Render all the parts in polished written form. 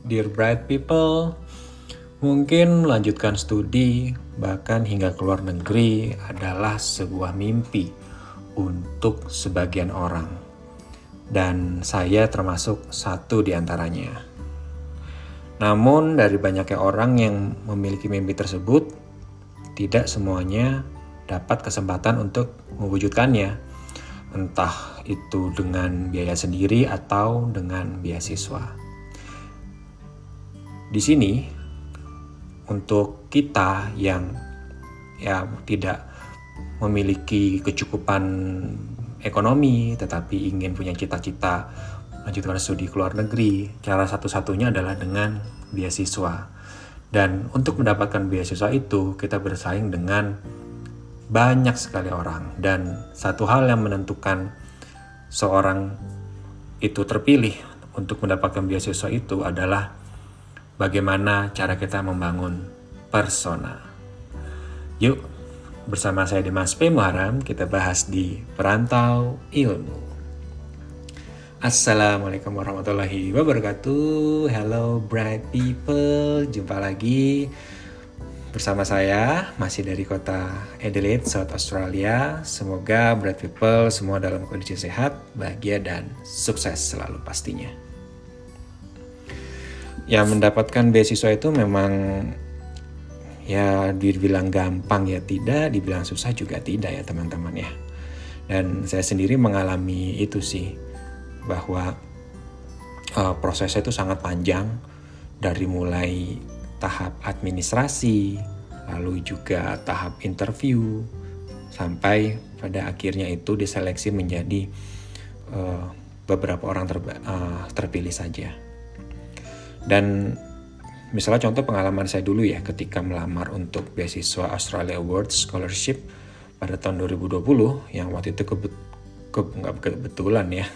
Dear bright people, mungkin melanjutkan studi, bahkan hingga keluar negeri adalah sebuah mimpi untuk sebagian orang. Dan saya termasuk satu di antaranya. Namun dari banyaknya orang yang memiliki mimpi tersebut, tidak semuanya dapat kesempatan untuk mewujudkannya. Entah itu dengan biaya sendiri atau dengan beasiswa. Di sini untuk kita yang tidak memiliki kecukupan ekonomi tetapi ingin punya cita-cita melanjutkan studi ke luar negeri, cara satu-satunya adalah dengan beasiswa. Dan untuk mendapatkan beasiswa itu kita bersaing dengan banyak sekali orang, dan satu hal yang menentukan seorang itu terpilih untuk mendapatkan beasiswa itu adalah bagaimana cara kita membangun persona. Yuk, bersama saya Dimas P. Muharam, kita bahas di Perantau Ilmu. Assalamualaikum warahmatullahi wabarakatuh. Hello bright people, jumpa lagi bersama saya, masih dari kota Adelaide, South Australia. Semoga bright people semua dalam kondisi sehat, bahagia, dan sukses selalu pastinya. Ya, mendapatkan beasiswa itu memang ya dibilang gampang ya tidak, dibilang susah juga tidak ya teman-teman ya. Dan saya sendiri mengalami itu sih, bahwa prosesnya itu sangat panjang, dari mulai tahap administrasi, lalu juga tahap interview, sampai pada akhirnya itu diseleksi menjadi beberapa orang terpilih saja. Dan misalnya contoh pengalaman saya dulu ya, ketika melamar untuk beasiswa Australia Awards Scholarship pada tahun 2020, yang waktu itu nggak kebetulan ya,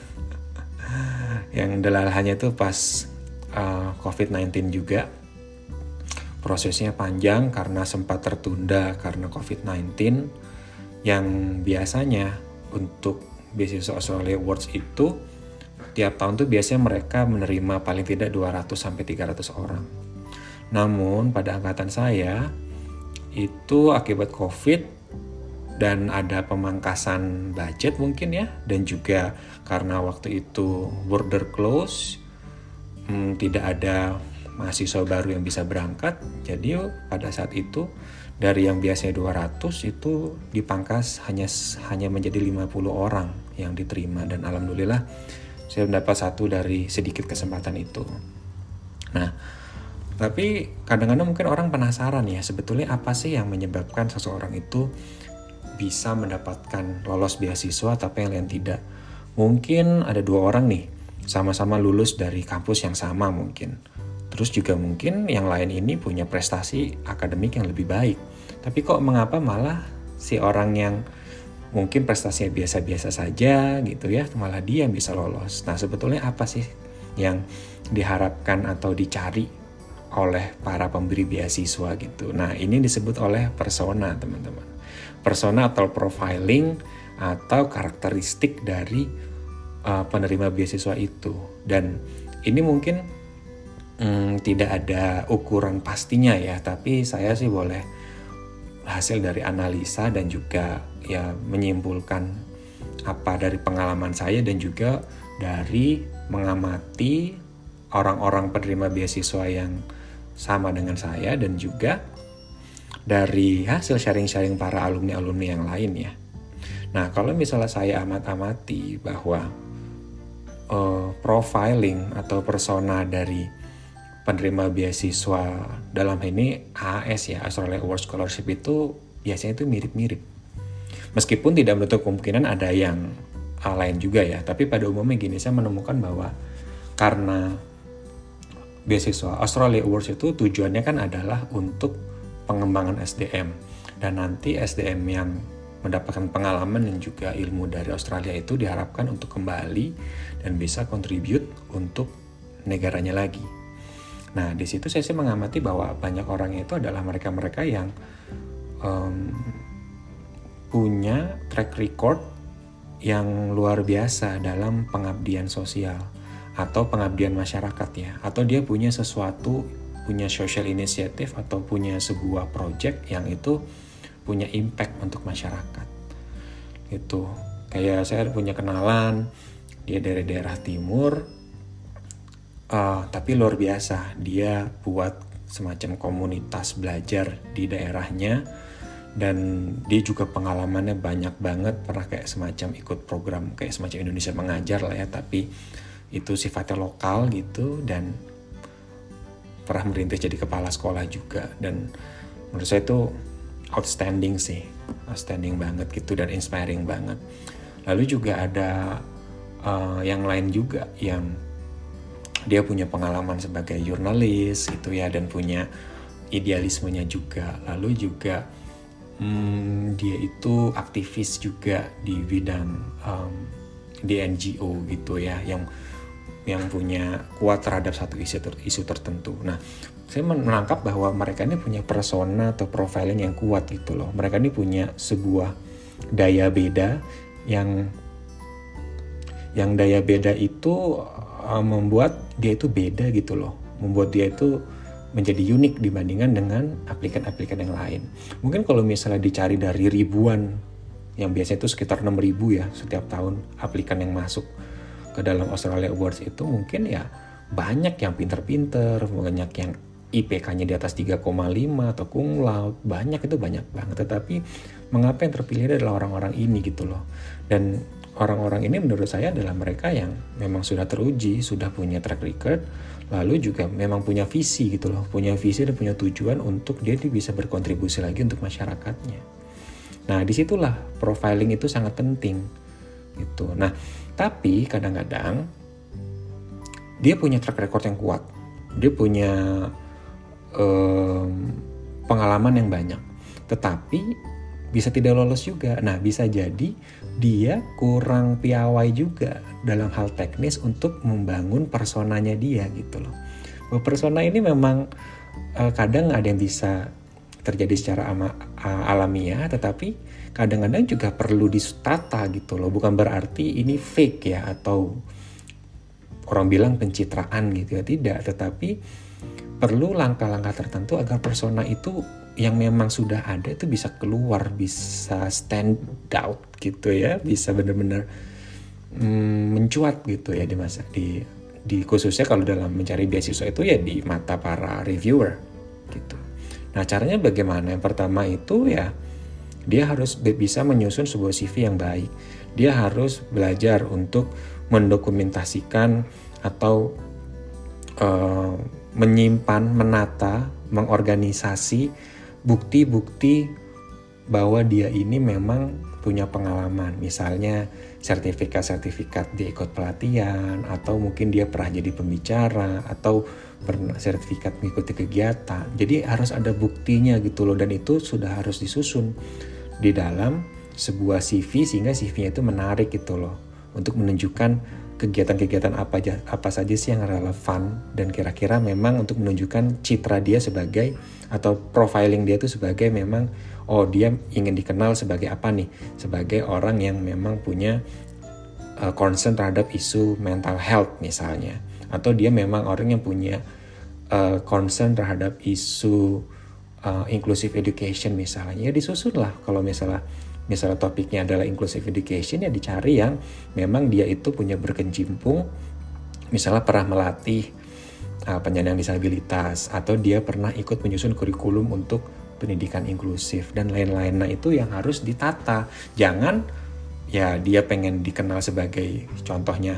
yang dalahannya itu pas COVID-19 juga. Prosesnya panjang karena sempat tertunda karena COVID-19, yang biasanya untuk beasiswa Australia Awards itu tiap tahun tuh biasanya mereka menerima paling tidak 200-300 orang. Namun pada angkatan saya itu akibat COVID dan ada pemangkasan budget mungkin ya, dan juga karena waktu itu border close, tidak ada mahasiswa baru yang bisa berangkat. Jadi pada saat itu dari yang biasanya 200 itu dipangkas hanya menjadi 50 orang yang diterima, dan alhamdulillah saya mendapat satu dari sedikit kesempatan itu. Nah, tapi kadang-kadang mungkin orang penasaran ya, sebetulnya apa sih yang menyebabkan seseorang itu bisa mendapatkan lolos beasiswa tapi yang lain tidak. Mungkin ada dua orang nih, sama-sama lulus dari kampus yang sama mungkin. Terus juga mungkin yang lain ini punya prestasi akademik yang lebih baik. Tapi kok mengapa malah si orang yang mungkin prestasinya biasa-biasa saja gitu ya, malah dia yang bisa lolos. Nah, sebetulnya apa sih yang diharapkan atau dicari oleh para pemberi beasiswa gitu. Nah, ini disebut oleh persona, teman-teman. Persona atau profiling atau karakteristik dari penerima beasiswa itu. Dan ini mungkin tidak ada ukuran pastinya ya, tapi saya sih boleh hasil dari analisa dan juga ya menyimpulkan apa dari pengalaman saya, dan juga dari mengamati orang-orang penerima beasiswa yang sama dengan saya, dan juga dari hasil sharing-sharing para alumni-alumni yang lain ya. Nah, kalau misalnya saya amati bahwa profiling atau persona dari penerima beasiswa dalam ini AAS ya, Australia Awards Scholarship, itu biasanya itu mirip-mirip. Meskipun tidak menutup kemungkinan ada yang lain juga ya, tapi pada umumnya gini, saya menemukan bahwa karena beasiswa Australia Awards itu tujuannya kan adalah untuk pengembangan SDM, dan nanti SDM yang mendapatkan pengalaman dan juga ilmu dari Australia itu diharapkan untuk kembali dan bisa contribute untuk negaranya lagi. Nah, di situ saya sih mengamati bahwa banyak orang itu adalah mereka-mereka yang punya track record yang luar biasa dalam pengabdian sosial. atau pengabdian masyarakat ya, atau dia punya sesuatu, punya social initiative atau punya sebuah project yang itu punya impact untuk masyarakat gitu. Kayak saya punya kenalan, dia dari daerah timur, tapi luar biasa, dia buat semacam komunitas belajar di daerahnya, dan dia juga pengalamannya banyak banget, pernah kayak semacam ikut program kayak semacam Indonesia Mengajar lah ya, tapi itu sifatnya lokal gitu, dan pernah merintis jadi kepala sekolah juga. Dan menurut saya itu outstanding sih, outstanding banget gitu, dan inspiring banget. Lalu juga ada yang lain juga yang dia punya pengalaman sebagai jurnalis gitu ya, dan punya idealismenya juga. Lalu juga dia itu aktivis juga di bidang di NGO gitu ya, yang punya kuat terhadap satu isu tertentu. Nah, saya menangkap bahwa mereka ini punya persona atau profiling yang kuat gitu loh. Mereka ini punya sebuah daya beda yang daya beda itu membuat dia itu beda gitu loh. Membuat dia itu menjadi unik dibandingkan dengan aplikan-aplikan yang lain. Mungkin kalau misalnya dicari dari ribuan, yang biasanya itu sekitar 6.000 ya setiap tahun aplikan yang masuk ke dalam Australia Awards itu, mungkin ya banyak yang pinter-pinter, banyak yang IPK-nya di atas 3,5 atau cum laude, banyak banget. Tetapi mengapa yang terpilih adalah orang-orang ini gitu loh. Dan orang-orang ini menurut saya adalah mereka yang memang sudah teruji, sudah punya track record, lalu juga memang punya visi gitu loh, punya visi dan punya tujuan untuk dia bisa berkontribusi lagi untuk masyarakatnya. Nah, disitulah profiling itu sangat penting gitu. Nah, tapi kadang-kadang dia punya track record yang kuat, dia punya pengalaman yang banyak, tetapi bisa tidak lolos juga. Nah, bisa jadi dia kurang piawai juga dalam hal teknis untuk membangun personanya dia gitu loh. Persona ini memang kadang ada yang bisa terjadi secara alamiah, tetapi kadang-kadang juga perlu ditata gitu loh. Bukan berarti ini fake ya, atau orang bilang pencitraan gitu ya, tidak. Tetapi perlu langkah-langkah tertentu agar persona itu yang memang sudah ada itu bisa keluar, bisa stand out gitu ya, bisa benar-benar mencuat gitu ya di khususnya kalau dalam mencari beasiswa itu ya di mata para reviewer gitu. Nah, caranya bagaimana? Yang pertama itu ya dia harus bisa menyusun sebuah CV yang baik. Dia harus belajar untuk mendokumentasikan atau menyimpan, menata, mengorganisasi bukti-bukti bahwa dia ini memang punya pengalaman. Misalnya sertifikat dia ikut pelatihan, atau mungkin dia pernah jadi pembicara, atau pernah sertifikat mengikuti kegiatan. Jadi harus ada buktinya gitu loh, dan itu sudah harus disusun di dalam sebuah CV sehingga CV-nya itu menarik gitu loh, untuk menunjukkan kegiatan-kegiatan apa saja sih yang relevan, dan kira-kira memang untuk menunjukkan citra dia sebagai, atau profiling dia itu sebagai memang, oh dia ingin dikenal sebagai apa nih, sebagai orang yang memang punya concern terhadap isu mental health misalnya, atau dia memang orang yang punya concern terhadap isu inclusive education misalnya. Ya disusun lah, kalau misalnya topiknya adalah inclusive education, ya dicari yang memang dia itu punya berkecimpung, misalnya pernah melatih penyandang disabilitas, atau dia pernah ikut menyusun kurikulum untuk pendidikan inklusif dan lain-lain. Nah, itu yang harus ditata. Jangan ya dia pengen dikenal sebagai contohnya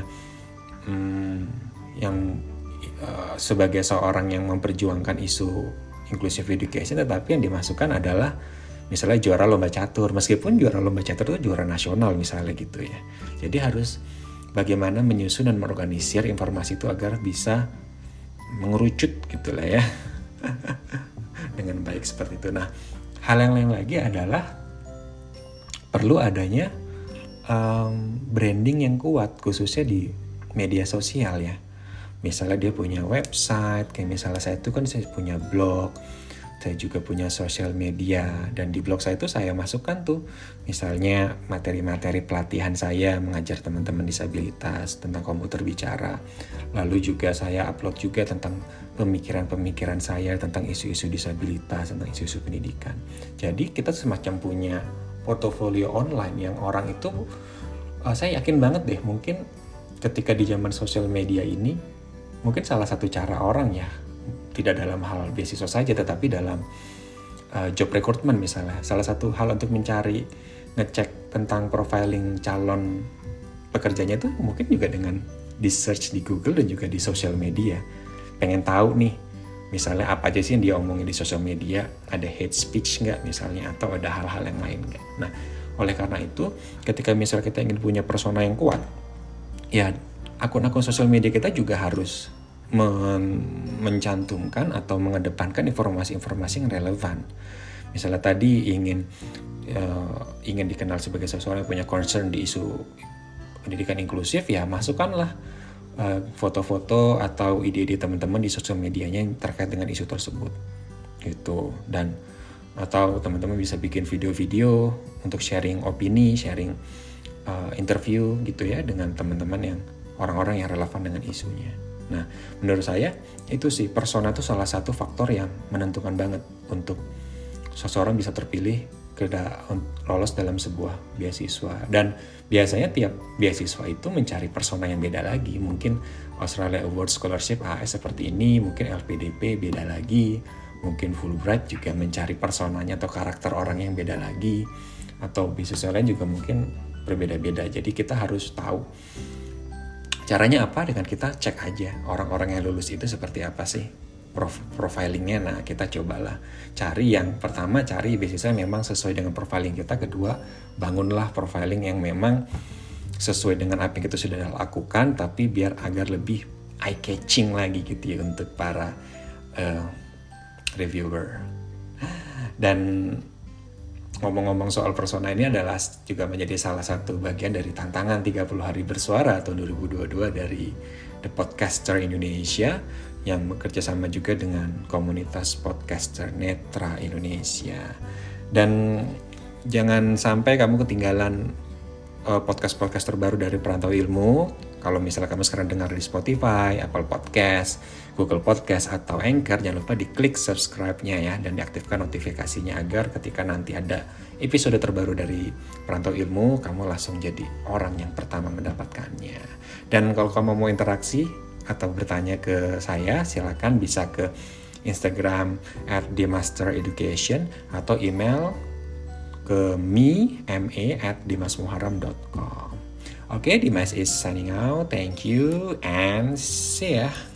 yang sebagai seorang yang memperjuangkan isu inclusive education, tetapi yang dimasukkan adalah misalnya juara lomba catur, meskipun juara lomba catur itu juara nasional misalnya gitu ya. Jadi harus bagaimana menyusun dan mengorganisir informasi itu agar bisa mengerucut gitu lah ya dengan baik seperti itu. Nah, hal yang lain lagi adalah perlu adanya branding yang kuat, khususnya di media sosial ya. Misalnya dia punya website, kayak misalnya saya punya blog, Saya juga punya sosial media, dan di blog saya itu saya masukkan tuh misalnya materi-materi pelatihan saya mengajar teman-teman disabilitas tentang komputer bicara. Lalu juga saya upload juga tentang pemikiran-pemikiran saya tentang isu-isu disabilitas, tentang isu-isu pendidikan. Jadi kita semacam punya portofolio online yang orang itu, saya yakin banget deh, mungkin ketika di zaman sosial media ini, mungkin salah satu cara orang ya, tidak dalam hal beasiswa saja, tetapi dalam job recruitment misalnya. Salah satu hal untuk mencari, ngecek tentang profiling calon pekerjanya itu mungkin juga dengan di search di Google dan juga di sosial media. Pengen tahu nih, misalnya apa aja sih yang dia omongin di sosial media, ada hate speech nggak misalnya, atau ada hal-hal yang lain nggak. Nah, oleh karena itu, ketika misalnya kita ingin punya persona yang kuat, ya akun-akun sosial media kita juga harus mencantumkan atau mengedepankan informasi-informasi yang relevan. Misalnya tadi ingin dikenal sebagai seseorang yang punya concern di isu pendidikan inklusif, ya masukkanlah foto-foto atau ide-ide teman-teman di sosial medianya yang terkait dengan isu tersebut gitu. Dan atau teman-teman bisa bikin video-video untuk sharing opini, sharing interview gitu ya dengan teman-teman yang orang-orang yang relevan dengan isunya. Nah, menurut saya itu sih, persona itu salah satu faktor yang menentukan banget untuk seseorang bisa terpilih lolos dalam sebuah beasiswa. Dan biasanya tiap beasiswa itu mencari persona yang beda lagi. Mungkin Australia Award Scholarship AS seperti ini, mungkin LPDP beda lagi, mungkin Fulbright juga mencari personanya atau karakter orang yang beda lagi, atau beasiswa lain juga mungkin berbeda-beda. Jadi kita harus tahu caranya apa, dengan kita cek aja orang-orang yang lulus itu seperti apa sih profilingnya. Nah, kita cobalah cari yang pertama, cari beasiswa memang sesuai dengan profiling kita. Kedua, bangunlah profiling yang memang sesuai dengan apa yang kita sudah lakukan, tapi biar agar lebih eye catching lagi gitu ya untuk para reviewer. Dan ngomong-ngomong soal persona, ini adalah juga menjadi salah satu bagian dari tantangan 30 hari bersuara tahun 2022 dari The Podcaster Indonesia, yang bekerja sama juga dengan komunitas podcaster netra Indonesia. Dan jangan sampai kamu ketinggalan podcast-podcast terbaru dari Perantau Ilmu. Kalau misalnya kamu sekarang dengar di Spotify, Apple Podcast, Google Podcast, atau Anchor, jangan lupa diklik subscribe-nya ya, dan diaktifkan notifikasinya agar ketika nanti ada episode terbaru dari Perantau Ilmu, kamu langsung jadi orang yang pertama mendapatkannya. Dan kalau kamu mau interaksi atau bertanya ke saya, silakan bisa ke Instagram @dimastereducation atau email ke me@dimasmuharam.com. Okay, Dimas is signing out. Thank you and see ya.